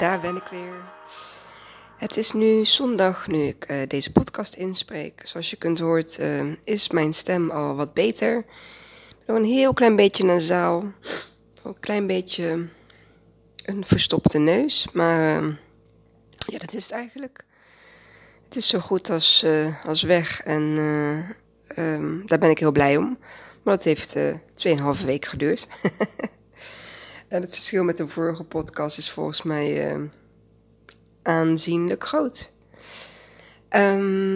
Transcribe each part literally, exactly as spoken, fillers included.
daar ben ik weer. Het is nu zondag, nu ik uh, deze podcast inspreek. Zoals je kunt horen, uh, is mijn stem al wat beter. Ik ben een heel klein beetje nasaal. Een klein beetje een verstopte neus. Maar uh, ja, dat is het eigenlijk. Het is zo goed als, uh, als weg. En uh, um, daar ben ik heel blij om. Maar dat heeft uh, tweeënhalve week geduurd. En het verschil met de vorige podcast is volgens mij uh, aanzienlijk groot. Um,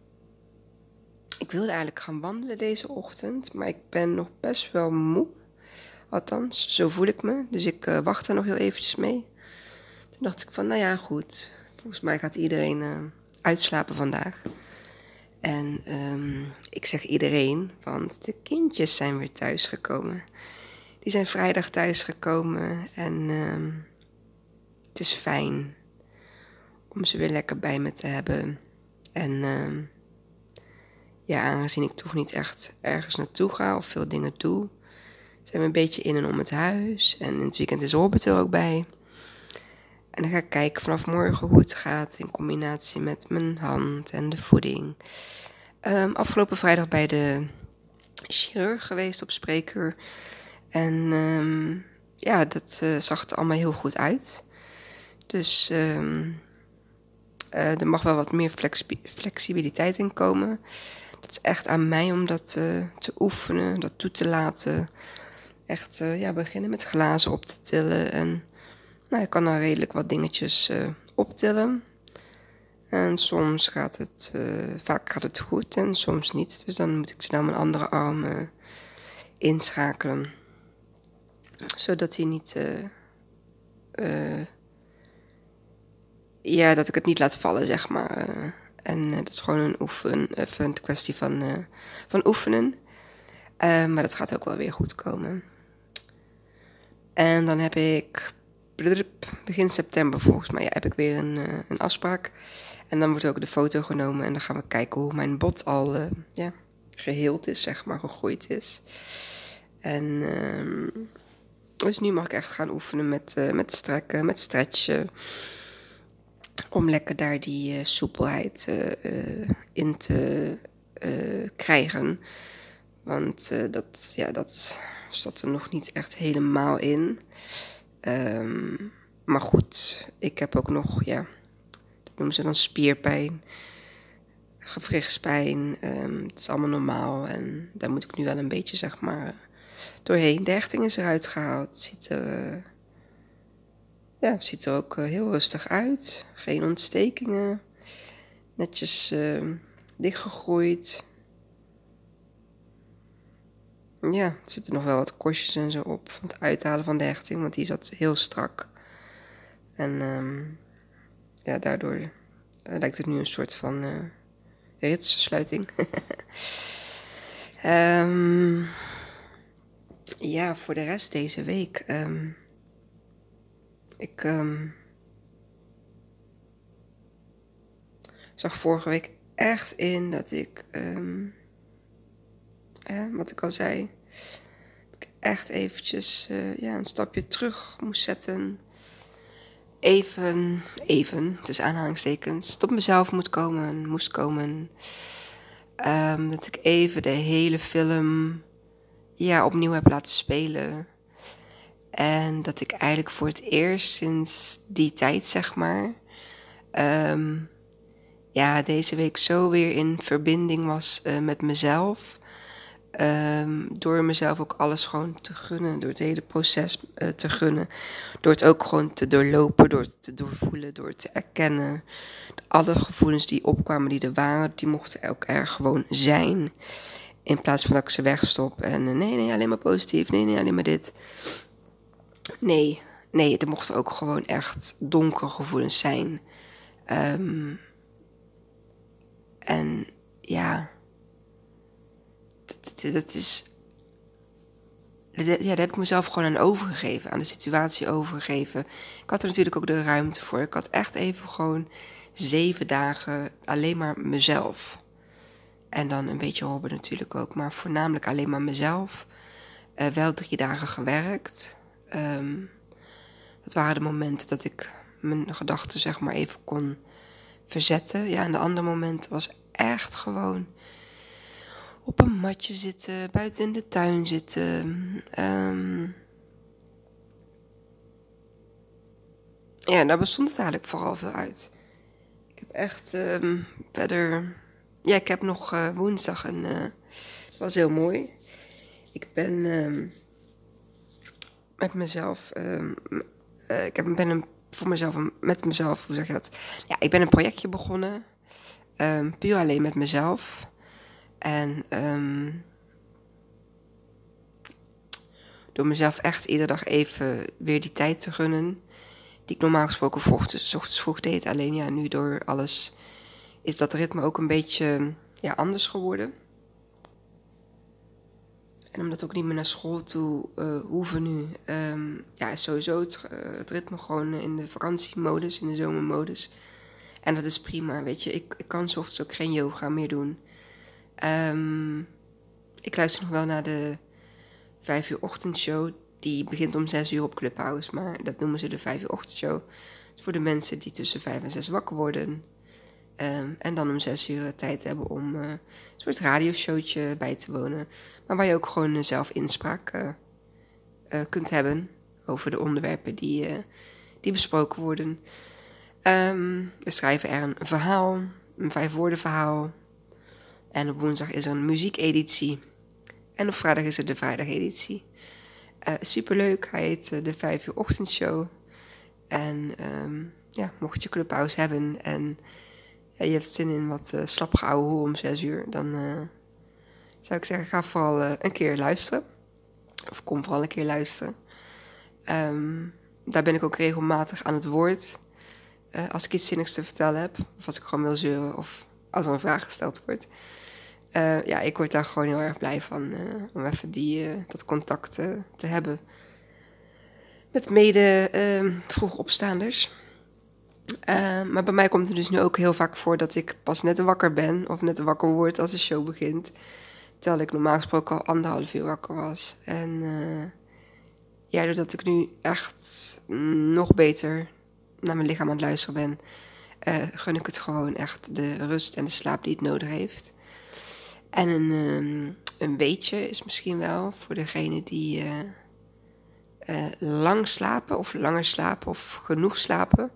ik wilde eigenlijk gaan wandelen deze ochtend, maar ik ben nog best wel moe. Althans, zo voel ik me. Dus ik uh, wacht er nog heel eventjes mee. Toen dacht ik van, nou ja, goed. Volgens mij gaat iedereen uh, uitslapen vandaag. En um, ik zeg iedereen, want de kindjes zijn weer thuisgekomen. Die zijn vrijdag thuisgekomen en um, het is fijn om ze weer lekker bij me te hebben. En uh, ja, aangezien ik toch niet echt ergens naartoe ga of veel dingen doe, zijn we een beetje in en om het huis. En in het weekend is Robert er ook bij. En dan ga ik kijken vanaf morgen hoe het gaat in combinatie met mijn hand en de voeding. Um, afgelopen vrijdag bij de chirurg geweest op spreekuur. En um, ja, dat uh, zag er allemaal heel goed uit. Dus um, uh, er mag wel wat meer flexi- flexibiliteit in komen. Dat is echt aan mij om dat uh, te oefenen, dat toe te laten. Echt uh, ja, beginnen met glazen op te tillen. En nou, ik kan dan redelijk wat dingetjes uh, optillen. En soms gaat het, uh, vaak gaat het goed en soms niet. Dus dan moet ik snel mijn andere arm uh, inschakelen. Zodat hij niet... Uh, uh, ja, dat ik het niet laat vallen, zeg maar. Uh, en uh, dat is gewoon een, oefen, uh, een kwestie van, uh, van oefenen. Uh, maar dat gaat ook wel weer goed komen. En dan heb ik... begin september volgens mij ja, heb ik weer een, uh, een afspraak. En dan wordt ook de foto genomen. En dan gaan we kijken hoe mijn bot al uh, ja, geheeld is, zeg maar, gegroeid is. En uh, dus nu mag ik echt gaan oefenen met, uh, met strekken, met stretchen. Om lekker daar die uh, soepelheid uh, uh, in te uh, krijgen. Want uh, dat, ja, dat zat er nog niet echt helemaal in. Um, maar goed, ik heb ook nog, ja, dat noemen ze dan spierpijn, gewrichtspijn. Um, het is allemaal normaal en daar moet ik nu wel een beetje, zeg maar, doorheen. De hechting is eruit gehaald. Het ziet er, uh, ja, het ziet er ook uh, heel rustig uit. Geen ontstekingen. Netjes uh, dichtgegroeid. Ja, er zitten nog wel wat korstjes en zo op van het uithalen van de hechting, want die zat heel strak. En um, ja, daardoor uh, lijkt het nu een soort van uh, ritsluiting. um, ja, voor de rest deze week. Um, ik um, zag vorige week echt in dat ik, um, eh, wat ik al zei, dat ik echt eventjes uh, ja, een stapje terug moest zetten. Even, even, dus aanhalingstekens, tot mezelf moet komen, moest komen. Um, dat ik even de hele film ja, opnieuw heb laten spelen. En dat ik eigenlijk voor het eerst sinds die tijd, zeg maar, um, ja, deze week zo weer in verbinding was uh, met mezelf. Um, door mezelf ook alles gewoon te gunnen, door het hele proces uh, te gunnen. Door het ook gewoon te doorlopen, door het te doorvoelen, door het te erkennen. Alle gevoelens die opkwamen, die er waren, die mochten ook er gewoon zijn. In plaats van dat ik ze wegstop en uh, nee, nee, alleen maar positief, nee, nee, alleen maar dit. Nee, nee, er mochten ook gewoon echt donkere gevoelens zijn. Um, en ja... Dat, dat is... Ja, daar heb ik mezelf gewoon aan overgegeven. Aan de situatie overgegeven. Ik had er natuurlijk ook de ruimte voor. Ik had echt even gewoon zeven dagen alleen maar mezelf. En dan een beetje Robert natuurlijk ook. Maar voornamelijk alleen maar mezelf. Uh, wel drie dagen gewerkt. Um, dat waren de momenten dat ik mijn gedachten zeg maar even kon verzetten. Ja, en de andere moment was echt gewoon op een matje zitten, buiten in de tuin zitten. Um, ja, daar bestond het eigenlijk vooral veel uit. Ik heb echt um, verder... Ja, ik heb nog uh, woensdag een... Uh, het was heel mooi. Ik ben um, met mezelf... Um, uh, ik heb, ben een, voor mezelf, met mezelf, hoe zeg je dat? Ja, ik ben een projectje begonnen. Um, puur alleen met mezelf. En um, door mezelf echt iedere dag even weer die tijd te gunnen. Die ik normaal gesproken vroeg, dus 's ochtends vroeg deed. Alleen ja, nu door alles is dat ritme ook een beetje ja, anders geworden. En omdat we ook niet meer naar school toe uh, hoeven nu. Um, ja, is sowieso het, uh, het ritme gewoon in de vakantiemodus, in de zomermodus. En dat is prima, weet je. Ik, ik kan 's ochtends ook geen yoga meer doen. Um, ik luister nog wel naar de vijf uur ochtendshow. Die begint om zes uur op Clubhouse. Maar dat noemen ze de vijf uur ochtendshow. Het is voor de mensen die tussen vijf en zes wakker worden. Um, en dan om zes uur tijd hebben om uh, een soort radioshowtje bij te wonen. Maar waar je ook gewoon uh, zelf inspraak uh, uh, kunt hebben over de onderwerpen die, uh, die besproken worden. Um, we schrijven er een verhaal, een vijf woorden verhaal. En op woensdag is er een muziekeditie. En op vrijdag is er de vrijdageditie. Uh, superleuk, hij heet uh, de vijf uur ochtendshow. En um, ja, mocht je Clubhouse hebben en ja, je hebt zin in wat uh, slap geouwe hoe om zes uur, dan uh, zou ik zeggen, ga vooral uh, een keer luisteren. Of kom vooral een keer luisteren. Um, daar ben ik ook regelmatig aan het woord. Uh, als ik iets zinnigs te vertellen heb, of als ik gewoon wil zeuren, of als er een vraag gesteld wordt. Uh, ja, ik word daar gewoon heel erg blij van, uh, om even die, uh, dat contact uh, te hebben met mede uh, vroeg opstaanders. Uh, maar bij mij komt het dus nu ook heel vaak voor dat ik pas net wakker ben, of net wakker word als de show begint. Terwijl ik normaal gesproken al anderhalf uur wakker was. En uh, ja, doordat ik nu echt nog beter naar mijn lichaam aan het luisteren ben, uh, gun ik het gewoon echt de rust en de slaap die het nodig heeft. En een, um, een weetje is misschien wel voor degene die uh, uh, lang slapen of langer slapen of genoeg slapen.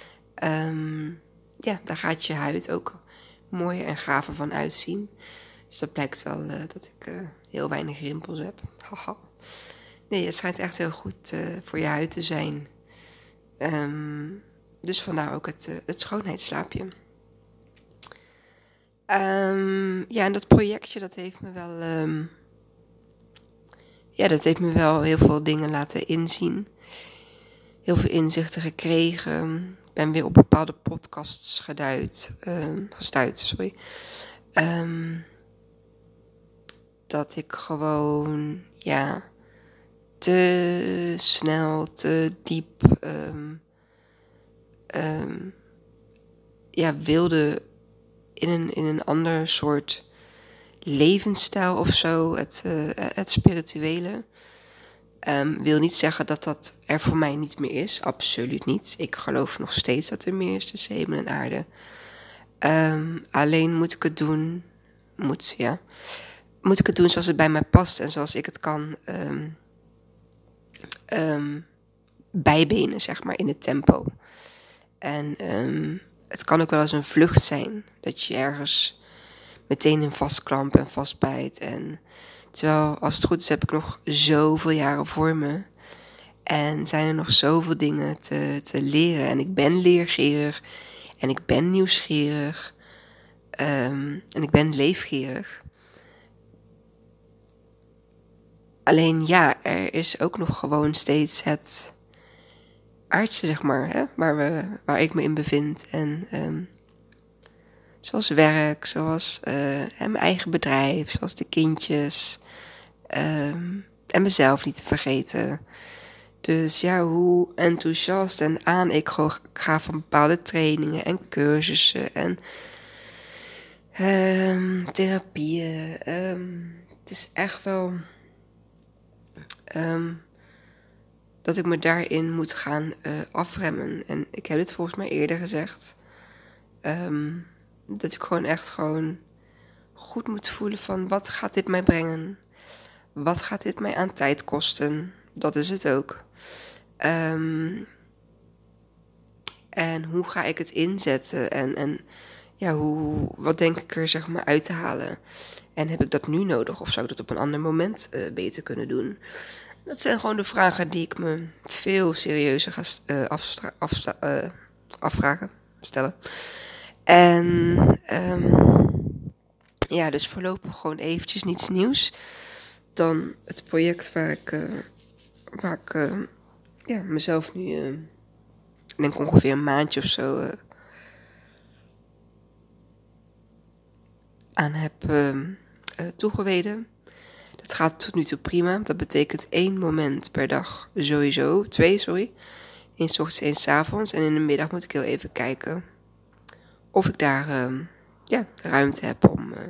Um, ja, daar gaat je huid ook mooier en gaver van uitzien. Dus dat blijkt wel uh, dat ik uh, heel weinig rimpels heb. Haha. Nee, het schijnt echt heel goed uh, voor je huid te zijn. Um, dus vandaar ook het, uh, het schoonheidsslaapje. Um, ja, en dat projectje, dat heeft me wel... Um, ja, dat heeft me wel heel veel dingen laten inzien. Heel veel inzichten gekregen. Ik ben weer op bepaalde podcasts geduid, um, gestuurd, sorry. Um, dat ik gewoon, ja, te snel, te diep, um, um, ja, wilde in een, in een ander soort levensstijl of zo, het, uh, het spirituele. Um, wil niet zeggen dat dat er voor mij niet meer is. Absoluut niet. Ik geloof nog steeds dat er meer is tussen hemel en aarde. Um, alleen moet ik het doen... Moet, ja. Moet ik het doen zoals het bij mij past en zoals ik het kan um, um, bijbenen, zeg maar, in het tempo. En um, het kan ook wel eens een vlucht zijn. Dat je ergens meteen in vastklampt en vastbijt. En terwijl, als het goed is, heb ik nog zoveel jaren voor me. En zijn er nog zoveel dingen te, te leren. En ik ben leergierig. En ik ben nieuwsgierig. Um, en ik ben leefgierig. Alleen ja, er is ook nog gewoon steeds het aardse, zeg maar, hè, waar, we, waar ik me in bevind. En um, zoals werk, zoals uh, mijn eigen bedrijf, zoals de kindjes. Um, en mezelf niet te vergeten. Dus ja, hoe enthousiast en aan ik ga van bepaalde trainingen en cursussen en um, therapieën. Um, het is echt wel... Um, dat ik me daarin moet gaan uh, afremmen. En ik heb dit volgens mij eerder gezegd. Um, dat ik gewoon echt gewoon goed moet voelen van wat gaat dit mij brengen? Wat gaat dit mij aan tijd kosten? Dat is het ook. Um, en hoe ga ik het inzetten? En, en ja, hoe, wat denk ik er zeg maar uit te halen? En heb ik dat nu nodig? Of zou ik dat op een ander moment uh, beter kunnen doen? Dat zijn gewoon de vragen die ik me veel serieuzer ga uh, afstra- afsta- uh, afvragen, stellen. En um, ja, dus voorlopig gewoon eventjes niets nieuws. Dan het project waar ik, uh, waar ik uh, ja, mezelf nu, uh, ik denk ongeveer een maandje of zo, uh, aan heb uh, uh, toegewijd. Dat gaat tot nu toe prima. Dat betekent één moment per dag sowieso. Twee, sorry. Eén 's ochtends, één 's avonds. En in de middag moet ik heel even kijken of ik daar uh, ja, ruimte heb om, uh,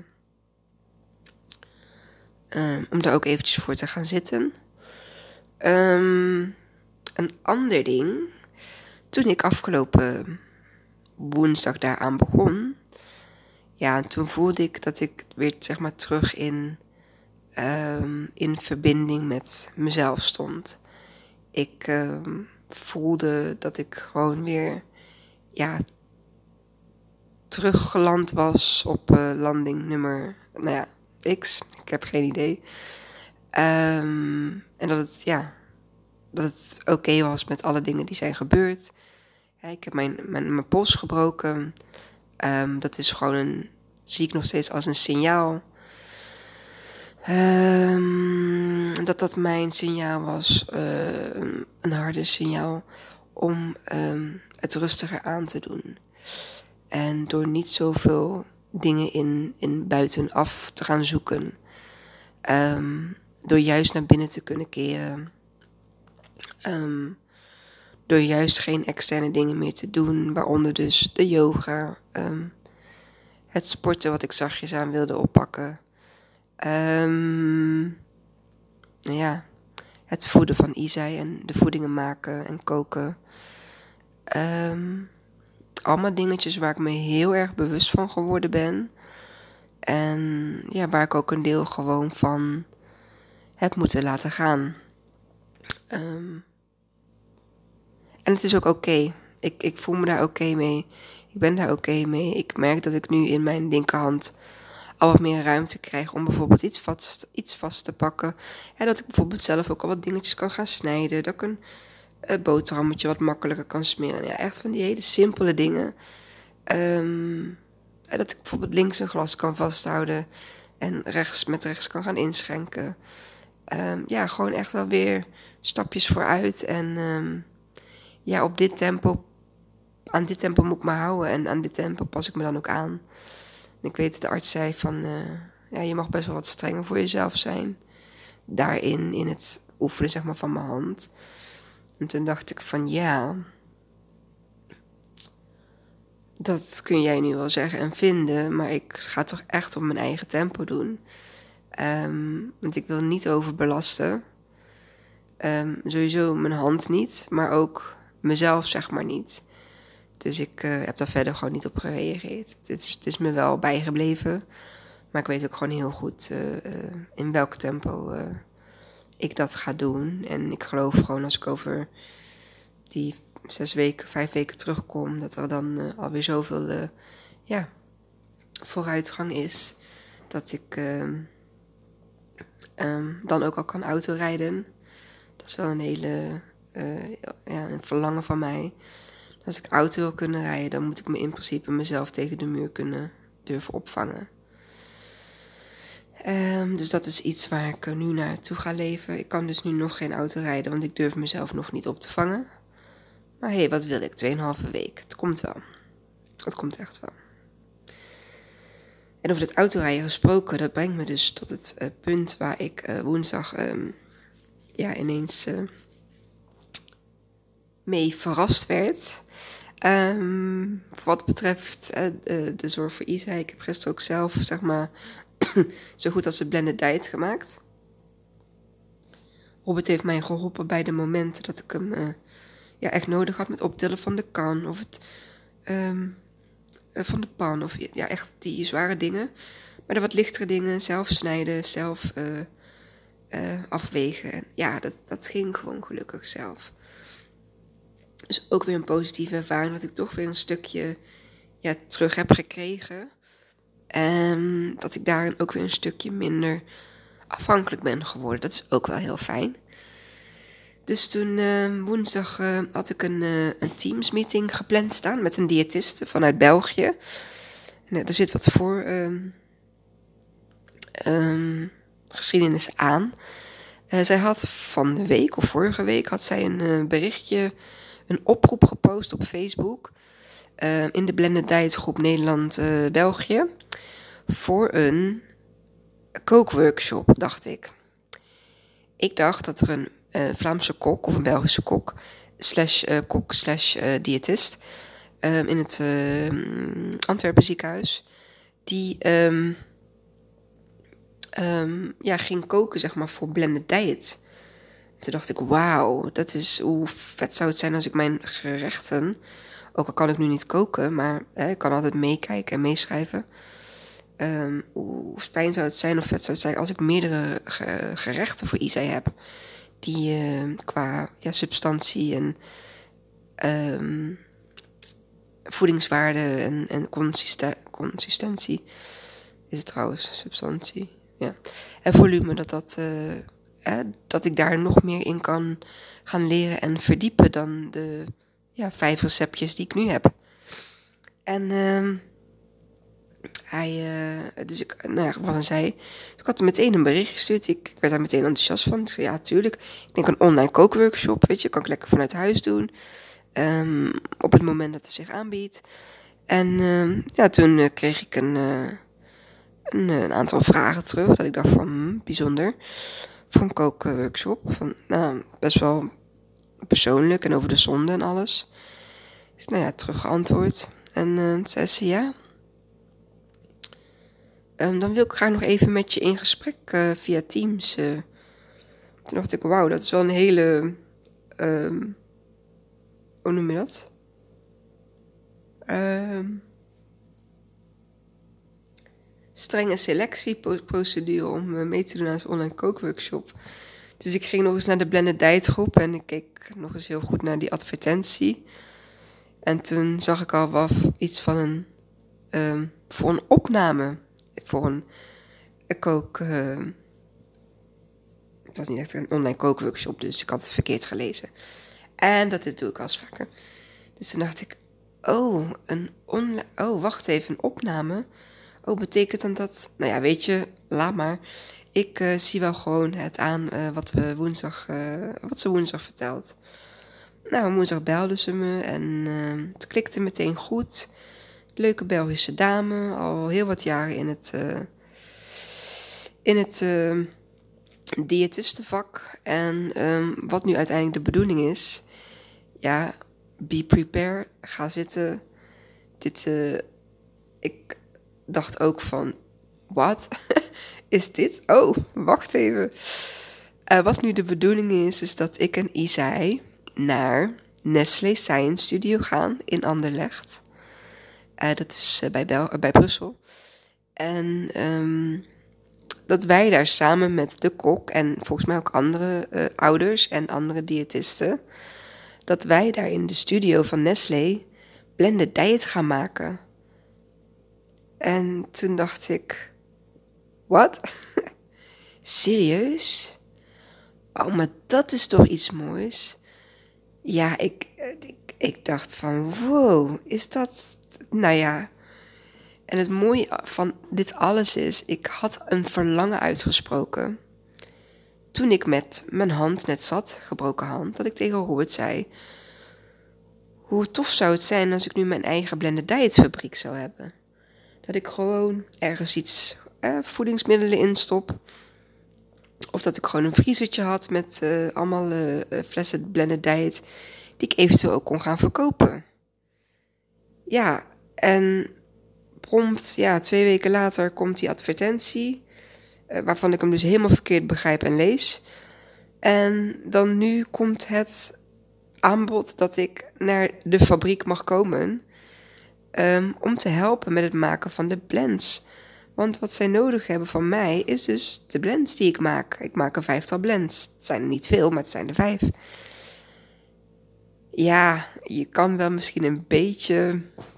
uh, om daar ook eventjes voor te gaan zitten. Um, een ander ding. Toen ik afgelopen woensdag daaraan begon. Ja, toen voelde ik dat ik weer zeg maar terug in... Um, in verbinding met mezelf stond. Ik um, voelde dat ik gewoon weer ja, teruggeland was op uh, landing nummer nou ja, X. Ik heb geen idee. Um, en dat het, ja, dat het oké okay was met alle dingen die zijn gebeurd. Ja, ik heb mijn, mijn, mijn pols gebroken. Um, dat is gewoon een, zie ik nog steeds als een signaal. Um, dat dat mijn signaal was, uh, een harde signaal om um, het rustiger aan te doen. En door niet zoveel dingen in, in buitenaf te gaan zoeken. Um, door juist naar binnen te kunnen keren. Um, door juist geen externe dingen meer te doen. Waaronder dus de yoga. Um, het sporten wat ik zachtjes aan wilde oppakken. Um, ja, het voeden van Isai en de voedingen maken en koken. Um, allemaal dingetjes waar ik me heel erg bewust van geworden ben. En ja, waar ik ook een deel gewoon van heb moeten laten gaan. Um, en het is ook oké. Okay. Ik, ik voel me daar oké okay mee. Ik ben daar oké okay mee. Ik merk dat ik nu in mijn linkerhand al wat meer ruimte krijg om bijvoorbeeld iets vast, iets vast te pakken. Ja, dat ik bijvoorbeeld zelf ook al wat dingetjes kan gaan snijden. Dat ik een uh, boterhammetje wat makkelijker kan smeren. Ja, echt van die hele simpele dingen. Um, ja, dat ik bijvoorbeeld links een glas kan vasthouden en rechts met rechts kan gaan inschenken. Um, ja, gewoon echt wel weer stapjes vooruit. En um, ja, op dit tempo, aan dit tempo moet ik me houden. En aan dit tempo pas ik me dan ook aan. En ik weet, de arts zei van, uh, ja, je mag best wel wat strenger voor jezelf zijn. Daarin, in het oefenen zeg maar van mijn hand. En toen dacht ik van, ja, dat kun jij nu wel zeggen en vinden, maar ik ga toch echt op mijn eigen tempo doen. Um, want ik wil niet overbelasten. Um, sowieso mijn hand niet, maar ook mezelf zeg maar niet. Dus ik uh, heb daar verder gewoon niet op gereageerd. Het is, het is me wel bijgebleven. Maar ik weet ook gewoon heel goed uh, uh, in welk tempo uh, ik dat ga doen. En ik geloof gewoon als ik over die zes weken, vijf weken terugkom, dat er dan uh, alweer zoveel uh, ja, vooruitgang is. Dat ik uh, um, dan ook al kan autorijden. Dat is wel een hele uh, ja, een verlangen van mij. Als ik auto wil kunnen rijden, dan moet ik me in principe mezelf tegen de muur kunnen durven opvangen. Um, dus dat is iets waar ik nu naartoe ga leven. Ik kan dus nu nog geen auto rijden, want ik durf mezelf nog niet op te vangen. Maar hé, hey, wat wil ik? Tweeënhalve week. Het komt wel. Het komt echt wel. En over het autorijden gesproken, dat brengt me dus tot het uh, punt waar ik uh, woensdag um, ja, ineens uh, mee verrast werd. Um, wat betreft uh, uh, de zorg voor Isai. Ik heb gisteren ook zelf, zeg maar, zo goed als een blended diet gemaakt. Robert heeft mij geholpen bij de momenten dat ik hem uh, ja, echt nodig had met optillen van de kan of het um, uh, van de pan of ja, echt die zware dingen. Maar de wat lichtere dingen, zelf snijden, zelf uh, uh, afwegen. En ja, dat, dat ging gewoon gelukkig zelf. Dus ook weer een positieve ervaring dat ik toch weer een stukje ja, terug heb gekregen. En dat ik daarin ook weer een stukje minder afhankelijk ben geworden. Dat is ook wel heel fijn. Dus toen uh, woensdag uh, had ik een, uh, een Teams meeting gepland staan met een diëtiste vanuit België. En uh, er zit wat voor uh, um, geschiedenis aan. Uh, zij had van de week of vorige week had zij een uh, berichtje, een oproep gepost op Facebook. Uh, in de Blended Diet groep Nederland-België. Uh, voor een kookworkshop, dacht ik. Ik dacht dat er een uh, Vlaamse kok of een Belgische kok, slash uh, kok, slash uh, diëtist, um, in het uh, Antwerpen ziekenhuis, die um, um, ja, ging koken, zeg maar, voor Blended Diet. Toen dacht ik, wauw, dat is, hoe vet zou het zijn als ik mijn gerechten, ook al kan ik nu niet koken, maar hè, ik kan altijd meekijken en meeschrijven. Um, hoe fijn zou het zijn of vet zou het zijn als ik meerdere ge- gerechten voor Isai heb. Die uh, qua ja, substantie en um, voedingswaarde en, en consisten- consistentie is het trouwens, substantie. Ja. En volume, dat, dat, uh, eh, dat ik daar nog meer in kan gaan leren en verdiepen dan de ja, vijf receptjes die ik nu heb. En um, hij, uh, dus ik, nou ja, wat hij zei, dus ik had hem meteen een bericht gestuurd. Ik, ik werd daar meteen enthousiast van. Ik zei, ja, tuurlijk. Ik denk een online kookworkshop, weet je, kan ik lekker vanuit huis doen. Um, op het moment dat het zich aanbiedt. En uh, ja, toen uh, kreeg ik een, uh, een, een aantal vragen terug. Dat ik dacht van, hm, bijzonder. Voor een kookworkshop. Van, nou, best wel persoonlijk en over de zonde en alles. Dus nou ja, teruggeantwoord. En uh, zei ze, ja... Um, dan wil ik graag nog even met je in gesprek uh, via Teams. Uh. Toen dacht ik, wauw, dat is wel een hele... Um, hoe noem je dat? Um, strenge selectieprocedure om uh, mee te doen aan zo'n online kookworkshop. Dus ik ging nog eens naar de Blended Diet groep en ik keek nog eens heel goed naar die advertentie. En toen zag ik al wel iets van een... Um, voor een opname... Voor een, een kook... Uh, het was niet echt een online kookworkshop, dus ik had het verkeerd gelezen. En dat dit doe ik al eens vaker. Dus toen dacht ik... Oh, een online... Oh, wacht even, een opname? Oh, betekent dan dat... Nou ja, weet je, laat maar. Ik uh, zie wel gewoon het aan uh, wat, we woensdag, uh, wat ze woensdag vertelt. Nou, woensdag belde ze me en uh, het klikte meteen goed... Leuke Belgische dame, al heel wat jaren in het, uh, in het uh, diëtistenvak. En um, wat nu uiteindelijk de bedoeling is, ja, be prepared, ga zitten. Dit, uh, ik dacht ook van, wat is dit? Oh, wacht even. Uh, wat nu de bedoeling is, is dat ik en Isai naar Nestlé Science Studio gaan in Anderlecht. Uh, dat is uh, bij, Bel- uh, bij Brussel. En um, dat wij daar samen met de kok en volgens mij ook andere uh, ouders en andere diëtisten, dat wij daar in de studio van Nestlé Blended Diet gaan maken. En toen dacht ik, wat? Serieus? Oh, maar dat is toch iets moois? Ja, ik, ik, ik dacht van, wow, is dat... Nou ja, en het mooie van dit alles is, ik had een verlangen uitgesproken. Toen ik met mijn hand net zat, gebroken hand, dat ik tegen Robert zei, hoe tof zou het zijn als ik nu mijn eigen Blended Diet fabriek zou hebben. Dat ik gewoon ergens iets, eh, voedingsmiddelen instop. Of dat ik gewoon een vriezertje had met uh, allemaal uh, flessen Blended Diet, die ik eventueel ook kon gaan verkopen. Ja, en prompt, ja, twee weken later komt die advertentie, uh, waarvan ik hem dus helemaal verkeerd begrijp en lees. En dan nu komt het aanbod dat ik naar de fabriek mag komen um, om te helpen met het maken van de blends. Want wat zij nodig hebben van mij is dus de blends die ik maak. Ik maak een vijftal blends. Het zijn er niet veel, maar het zijn er vijf. Ja, je kan wel misschien een beetje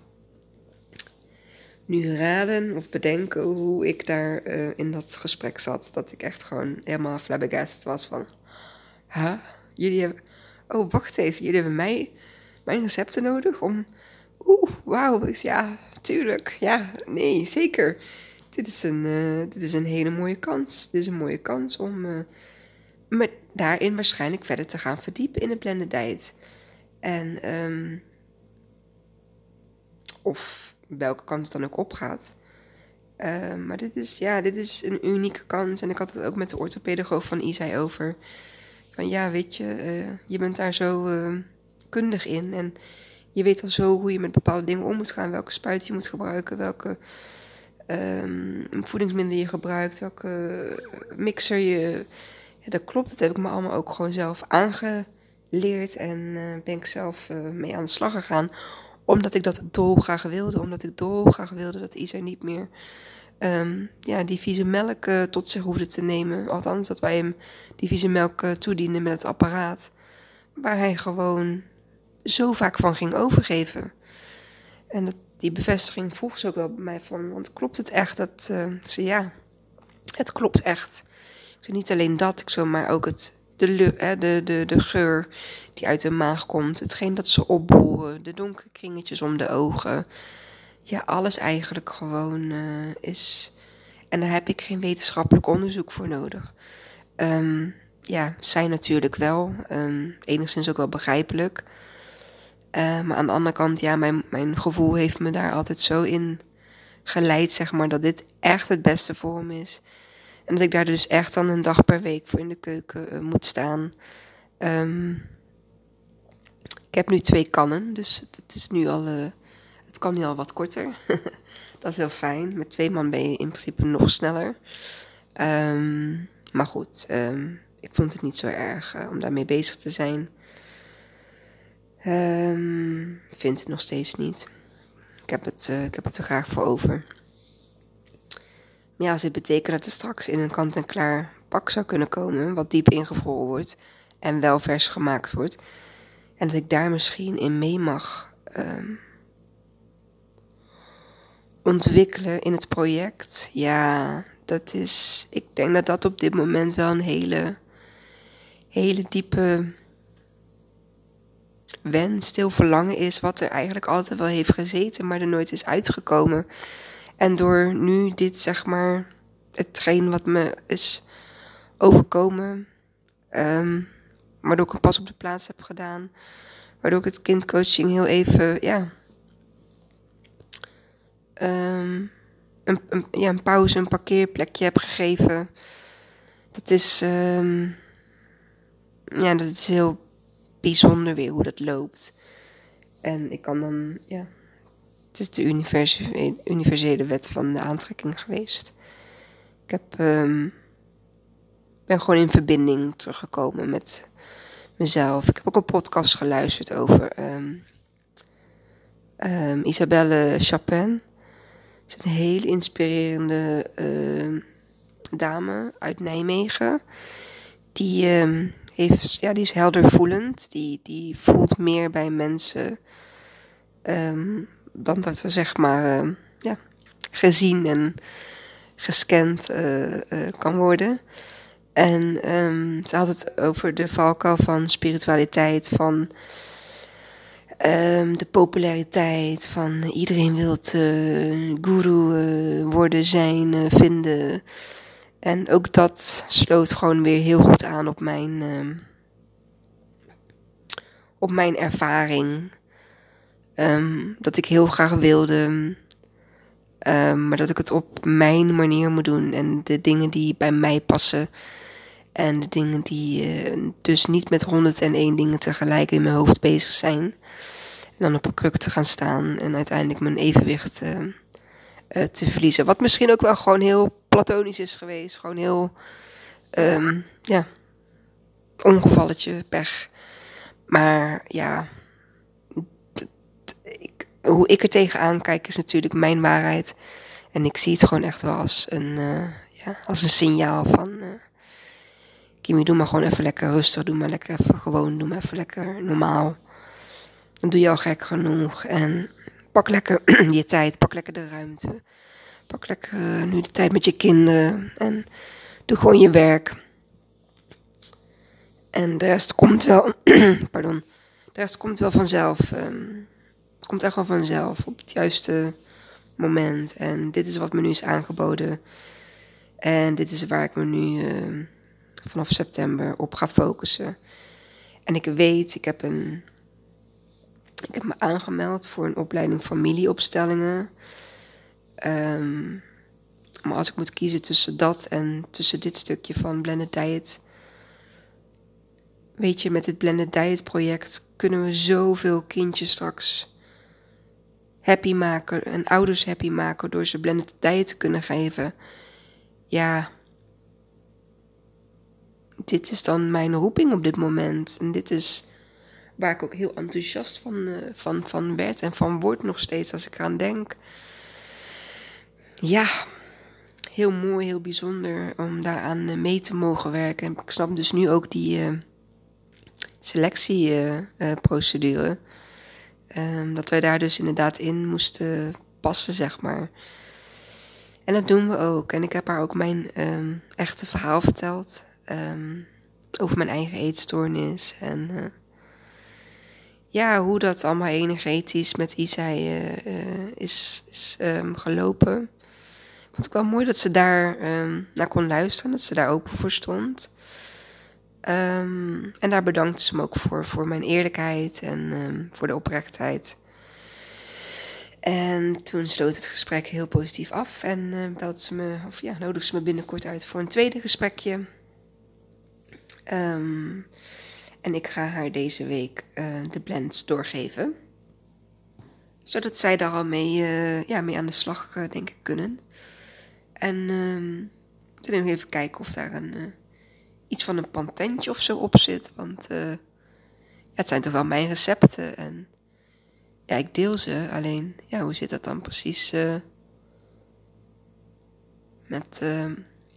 nu raden of bedenken hoe ik daar uh, in dat gesprek zat. Dat ik echt gewoon helemaal flabbergasted was van... Huh? Jullie hebben... Oh, wacht even. Jullie hebben mij... Mijn recepten nodig om... Oeh, wauw. Ja, tuurlijk. Ja, nee, zeker. Dit is een, uh, dit is een hele mooie kans. Dit is een mooie kans om uh, me daarin waarschijnlijk verder te gaan verdiepen in het blended diet. En... Um, of welke kant het dan ook opgaat. Uh, maar dit is, ja, dit is een unieke kans. En ik had het ook met de orthopedagoog van I S A I over. Van ja, weet je, uh, je bent daar zo uh, kundig in. En je weet al zo hoe je met bepaalde dingen om moet gaan. Welke spuit je moet gebruiken. Welke um, voedingsmiddelen je gebruikt. Welke mixer je... Ja, dat klopt, dat heb ik me allemaal ook gewoon zelf aangeleerd. En uh, ben ik zelf uh, mee aan de slag gegaan. Omdat ik dat dolgraag wilde. Omdat ik dolgraag wilde dat I S A niet meer um, ja, die vieze melk uh, tot zich hoefde te nemen. Althans, dat wij hem die vieze melk uh, toedienden met het apparaat. Waar hij gewoon zo vaak van ging overgeven. En dat, die bevestiging vroeg ze ook wel bij mij van... Want klopt het echt dat uh, ze ja, het klopt echt. Ik zei niet alleen dat, ik zo, maar ook het... De, de, de, de geur die uit de maag komt. Hetgeen dat ze opboren. De donkere kringetjes om de ogen. Ja, alles eigenlijk gewoon uh, is... En daar heb ik geen wetenschappelijk onderzoek voor nodig. Um, ja, zij natuurlijk wel. Um, enigszins ook wel begrijpelijk. Uh, maar aan de andere kant, ja, mijn, mijn gevoel heeft me daar altijd zo in geleid, zeg maar, dat dit echt het beste voor hem is. En dat ik daar dus echt dan een dag per week voor in de keuken uh, moet staan. Um, ik heb nu twee kannen, dus het, het is nu al, uh, het kan nu al wat korter. Dat is heel fijn. Met twee man ben je in principe nog sneller. Um, maar goed, um, ik vond het niet zo erg uh, om daarmee bezig te zijn. Um, vind het nog steeds niet. Ik heb het, uh, ik heb het er graag voor over. Maar ja, als dit betekent dat er straks in een kant-en-klaar pak zou kunnen komen, wat diep ingevroren wordt en wel vers gemaakt wordt, en dat ik daar misschien in mee mag um, ontwikkelen in het project, ja, dat is, ik denk dat dat op dit moment wel een hele, hele diepe wens, stil verlangen is, wat er eigenlijk altijd wel heeft gezeten, maar er nooit is uitgekomen. En door nu dit, zeg maar, hetgeen wat me is overkomen, um, waardoor ik een pas op de plaats heb gedaan, waardoor ik het kindcoaching heel even, ja, um, een, een, ja, een pauze, een parkeerplekje heb gegeven. Dat is, um, ja, dat is heel bijzonder weer hoe dat loopt. En ik kan dan, ja, het is de universele, universele wet van de aantrekking geweest. Ik heb, um, ben gewoon in verbinding teruggekomen met mezelf. Ik heb ook een podcast geluisterd over um, um, Isabelle Chapin. Ze is een hele inspirerende uh, dame uit Nijmegen. Die, um, heeft, ja, die is heldervoelend. Die, die voelt meer bij mensen um, dan dat we, zeg maar, uh, ja, gezien en gescand uh, uh, kan worden. En um, ze had het over de valkuil van spiritualiteit, van um, de populariteit, van iedereen wil uh, guru uh, worden, zijn, uh, vinden. En ook dat sloot gewoon weer heel goed aan op mijn, uh, op mijn ervaring. Um, dat ik heel graag wilde, um, maar dat ik het op mijn manier moet doen. En de dingen die bij mij passen. En de dingen die uh, dus niet met honderdéén dingen tegelijk in mijn hoofd bezig zijn. En dan op een kruk te gaan staan en uiteindelijk mijn evenwicht uh, uh, te verliezen. Wat misschien ook wel gewoon heel platonisch is geweest. Gewoon heel, um, ja, ongevalletje, pech. Maar ja, d- d- ik, hoe ik er tegenaan kijk is natuurlijk mijn waarheid. En ik zie het gewoon echt wel als een, uh, ja, als een signaal van... Uh, Kimi, doe maar gewoon even lekker rustig. Doe maar lekker even gewoon. Doe maar even lekker normaal. Dan doe je al gek genoeg. En pak lekker je tijd. Pak lekker de ruimte. Pak lekker uh, nu de tijd met je kinderen. En doe gewoon je werk. En de rest komt wel... pardon. De rest komt wel vanzelf. Um, het komt echt wel vanzelf. Op het juiste moment. En dit is wat me nu is aangeboden. En dit is waar ik me nu... Uh, vanaf september op ga focussen. En ik weet, ik heb een... Ik heb me aangemeld voor een opleiding familieopstellingen. Um, maar als ik moet kiezen tussen dat en tussen dit stukje van Blended Diet... Weet je, met dit Blended Diet project kunnen we zoveel kindjes straks happy maken. En ouders happy maken door ze Blended Diet te kunnen geven. Ja... Dit is dan mijn roeping op dit moment. En dit is waar ik ook heel enthousiast van, uh, van, van werd en van word nog steeds als ik eraan denk. Ja, heel mooi, heel bijzonder om daaraan uh, mee te mogen werken. En ik snap dus nu ook die uh, selectieprocedure. Uh, uh, um, dat wij daar dus inderdaad in moesten passen, zeg maar. En dat doen we ook. En ik heb haar ook mijn um, echte verhaal verteld. Um, over mijn eigen eetstoornis. En uh, ja, hoe dat allemaal energetisch met Isai uh, uh, is, is um, gelopen. Ik vond het wel mooi dat ze daar um, naar kon luisteren. Dat ze daar open voor stond. Um, en daar bedankte ze me ook voor. Voor mijn eerlijkheid en um, voor de oprechtheid. En toen sloot het gesprek heel positief af. En uh, dat ze me, of ja, nodigde ze me binnenkort uit voor een tweede gesprekje. Um, en ik ga haar deze week uh, de blends doorgeven. Zodat zij daar al mee, uh, ja, mee aan de slag, uh, denk ik, kunnen. En um, toen nog even kijken of daar een, uh, iets van een patentje of zo op zit. Want uh, ja, het zijn toch wel mijn recepten. En ja, ik deel ze. Alleen, ja, hoe zit dat dan precies uh, met... Uh,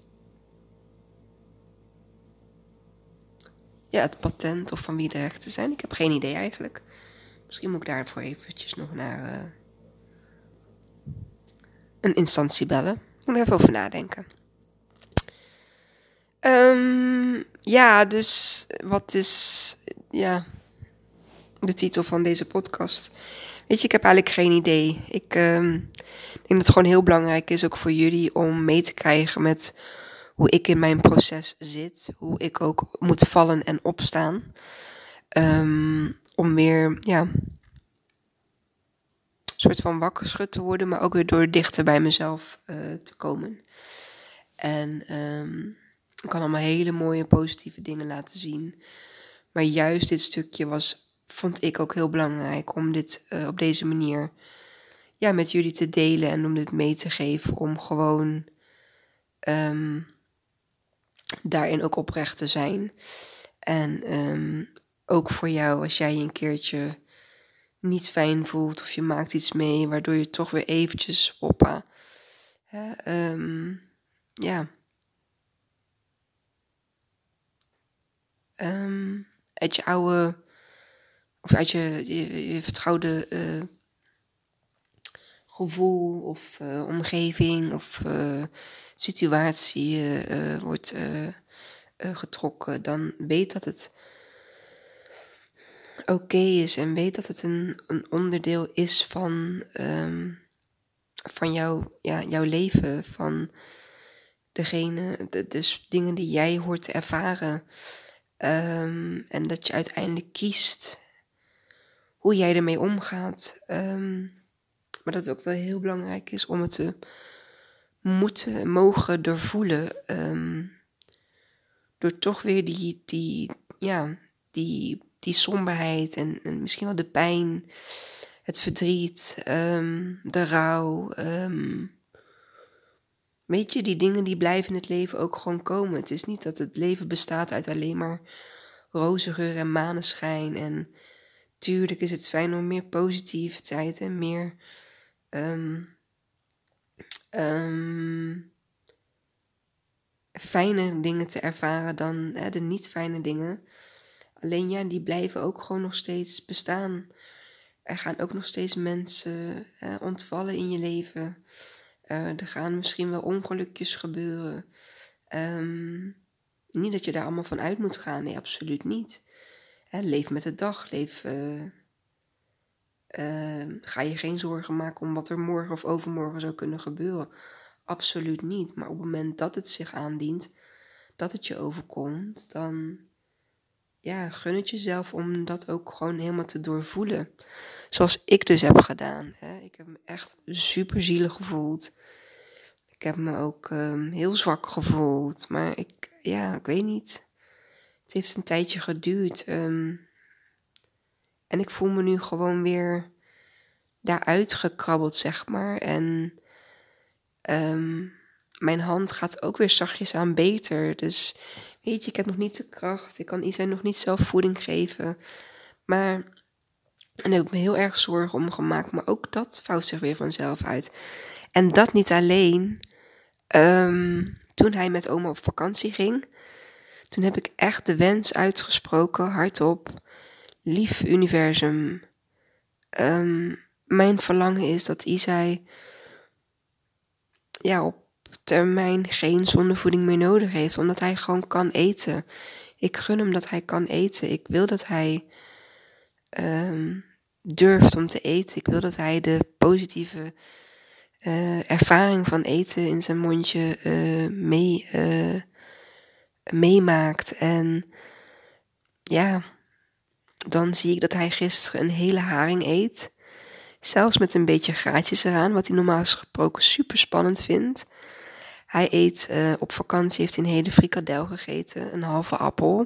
Ja, het patent of van wie de rechten zijn. Ik heb geen idee eigenlijk. Misschien moet ik daarvoor eventjes nog naar uh, een instantie bellen. Moet er even over nadenken. Um, ja, dus wat is ja, de titel van deze podcast? Weet je, ik heb eigenlijk geen idee. Ik um, denk dat het gewoon heel belangrijk is, ook voor jullie, om mee te krijgen met hoe ik in mijn proces zit. Hoe ik ook moet vallen en opstaan. Um, om weer, ja, een soort van wakker geschud te worden, maar ook weer door dichter bij mezelf uh, te komen. En um, ik kan allemaal hele mooie positieve dingen laten zien. Maar juist dit stukje was, vond ik ook heel belangrijk om dit uh, op deze manier ja, met jullie te delen en om dit mee te geven. Om gewoon um, daarin ook oprecht te zijn. En um, ook voor jou, als jij je een keertje niet fijn voelt of je maakt iets mee, waardoor je toch weer eventjes oppa. Hè, um, ja. Um, uit je oude, of uit je, je, je vertrouwde uh, gevoel of uh, omgeving of uh, situatie uh, uh, wordt uh, uh, getrokken, dan weet dat het oké okay is en weet dat het een, een onderdeel is van, um, van jou, ja, jouw leven, van degene, de, dus dingen die jij hoort te ervaren. Um, en dat je uiteindelijk kiest hoe jij ermee omgaat. Um, maar dat het ook wel heel belangrijk is om het te moeten, mogen doorvoelen. Um, door toch weer die, die, ja, die, die somberheid en, en misschien wel de pijn, het verdriet, um, de rouw. Um, weet je, die dingen die blijven in het leven ook gewoon komen. Het is niet dat het leven bestaat uit alleen maar roze geur en maneschijn. En tuurlijk is het fijn om meer positiviteit en meer um, um, fijne dingen te ervaren dan hè, de niet fijne dingen. Alleen ja, die blijven ook gewoon nog steeds bestaan. Er gaan ook nog steeds mensen eh, ontvallen in je leven. Uh, er gaan misschien wel ongelukjes gebeuren. Um, niet dat je daar allemaal van uit moet gaan. Nee, absoluut niet. Hè, leef met de dag. Leef, uh, uh, ga je geen zorgen maken om wat er morgen of overmorgen zou kunnen gebeuren. Absoluut niet. Maar op het moment dat het zich aandient, dat het je overkomt, dan ja, gun het jezelf om dat ook gewoon helemaal te doorvoelen. Zoals ik dus heb gedaan. Hè. Ik heb me echt super zielig gevoeld. Ik heb me ook um, heel zwak gevoeld. Maar ik, ja, ik weet niet. Het heeft een tijdje geduurd. Um, en ik voel me nu gewoon weer daaruit gekrabbeld, zeg maar. En um, mijn hand gaat ook weer zachtjes aan beter. Dus weet je, ik heb nog niet de kracht. Ik kan Isa nog niet zelf voeding geven. Maar en daar heb ik me heel erg zorgen om gemaakt. Maar ook dat vouwt zich weer vanzelf uit. En dat niet alleen. Um, toen hij met oma op vakantie ging, toen heb ik echt de wens uitgesproken, hardop. Lief universum, um, mijn verlangen is dat Isai ja, op termijn geen zondevoeding meer nodig heeft, omdat hij gewoon kan eten. Ik gun hem dat hij kan eten. Ik wil dat hij um, durft om te eten. Ik wil dat hij de positieve uh, ervaring van eten in zijn mondje uh, mee, uh, meemaakt. En ja, dan zie ik dat hij gisteren een hele haring eet. Zelfs met een beetje gaatjes eraan, wat hij normaal gesproken super spannend vindt. Hij eet uh, op vakantie, heeft hij een hele frikadel gegeten, een halve appel.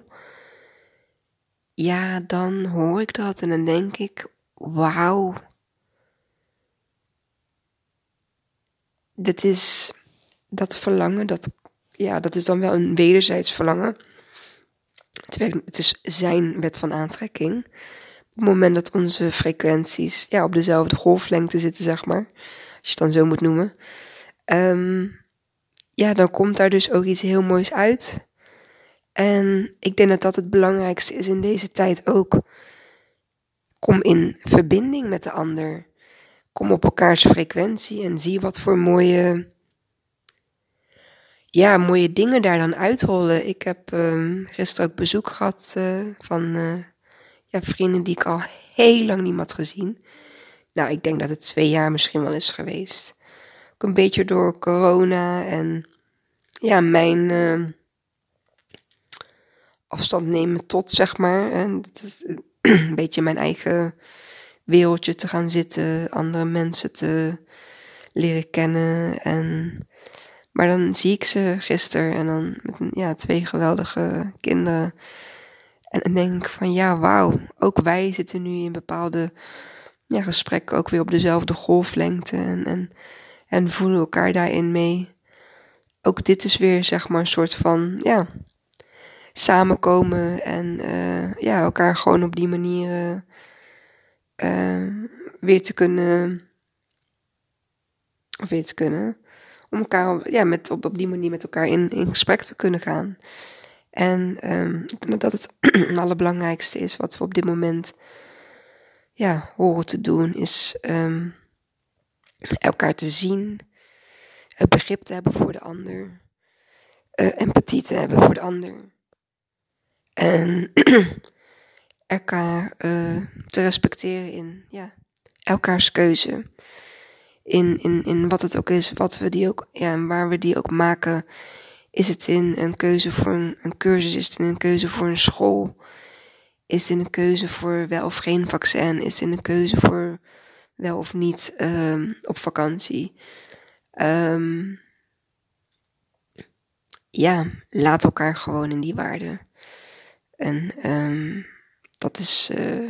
Ja, dan hoor ik dat en dan denk ik, wauw. Dit is, dat verlangen, dat, ja, dat is dan wel een wederzijds verlangen. Het is zijn wet van aantrekking. Op het moment dat onze frequenties ja, op dezelfde golflengte zitten, zeg maar. Als je het dan zo moet noemen. Um, ja, dan komt daar dus ook iets heel moois uit. En ik denk dat dat het belangrijkste is in deze tijd ook. Kom in verbinding met de ander. Kom op elkaars frequentie en zie wat voor mooie, ja, mooie dingen daar dan uitrollen. Ik heb um, gisteren ook bezoek gehad uh, van uh, ja, vrienden die ik al heel lang niet meer had gezien. Nou, ik denk dat het twee jaar misschien wel is geweest. Ook een beetje door corona en ja, mijn uh, afstand nemen tot, zeg maar. En het is uh, een beetje mijn eigen wereldje te gaan zitten, andere mensen te leren kennen. En, maar dan zie ik ze gisteren en dan met een, ja, twee geweldige kinderen. En dan denk ik van ja, wauw, ook wij zitten nu in bepaalde ja, gesprekken ook weer op dezelfde golflengte en, en, en voelen elkaar daarin mee. Ook dit is weer zeg maar een soort van ja, samenkomen en uh, ja, elkaar gewoon op die manier uh, weer te kunnen, of weer te kunnen, om elkaar ja, met, op, op die manier met elkaar in, in gesprek te kunnen gaan. En um, ik denk dat het allerbelangrijkste is wat we op dit moment ja, horen te doen, is um, elkaar te zien, het begrip te hebben voor de ander, uh, empathie te hebben voor de ander. En elkaar uh, te respecteren in ja, elkaars keuze. In, in, in wat het ook is, wat we die ook, ja, en waar we die ook maken. Is het in een keuze voor een, een cursus? Is het in een keuze voor een school? Is het in een keuze voor wel of geen vaccin? Is het in een keuze voor wel of niet um, op vakantie? Um, ja, laat elkaar gewoon in die waarde. En um, dat is, uh,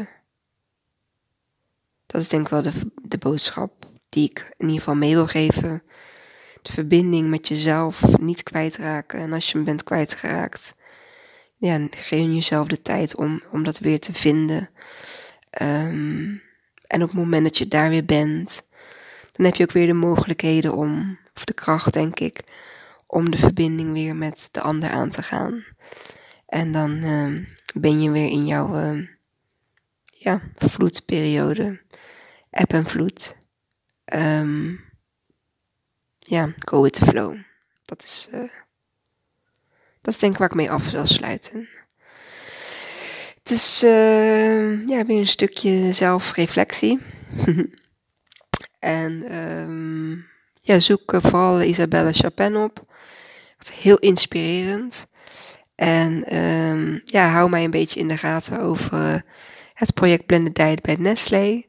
dat is denk ik wel de, de boodschap die ik in ieder geval mee wil geven. De verbinding met jezelf niet kwijtraken. En als je hem bent kwijtgeraakt, ja, geef jezelf de tijd om, om dat weer te vinden. Um, en op het moment dat je daar weer bent, dan heb je ook weer de mogelijkheden om, of de kracht denk ik, om de verbinding weer met de ander aan te gaan. En dan um, ben je weer in jouw um, ja, vloedperiode, eb en vloed. Um, ja, go with the flow. Dat is, uh, dat is denk ik waar ik mee af wil sluiten. Het is uh, ja, weer een stukje zelfreflectie. en um, ja, zoek uh, vooral Isabelle Chapin op. Heel inspirerend. En um, ja, hou mij een beetje in de gaten over uh, het project Blended Diet bij Nestlé.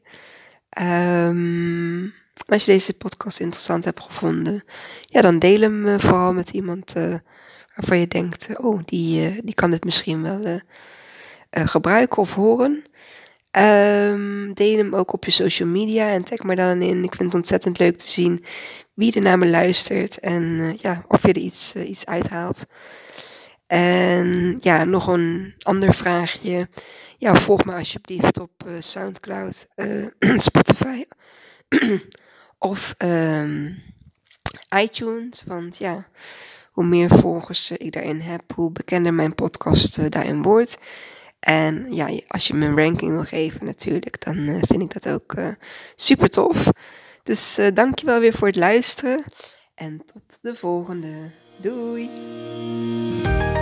Um, als je deze podcast interessant hebt gevonden, ja, dan deel hem uh, vooral met iemand uh, waarvan je denkt, uh, oh, die, uh, die kan dit misschien wel uh, uh, gebruiken of horen. Um, deel hem ook op je social media en tag me dan in. Ik vind het ontzettend leuk te zien wie er naar me luistert en uh, ja, of je er iets, uh, iets uithaalt. En ja, nog een ander vraagje. Ja, volg me alsjeblieft op uh, Soundcloud, uh, Spotify of um, iTunes. Want ja, hoe meer volgers uh, ik daarin heb, hoe bekender mijn podcast uh, daarin wordt. En ja, als je me een ranking wil geven natuurlijk, dan uh, vind ik dat ook uh, super tof. Dus uh, dankjewel weer voor het luisteren. En tot de volgende. Doei!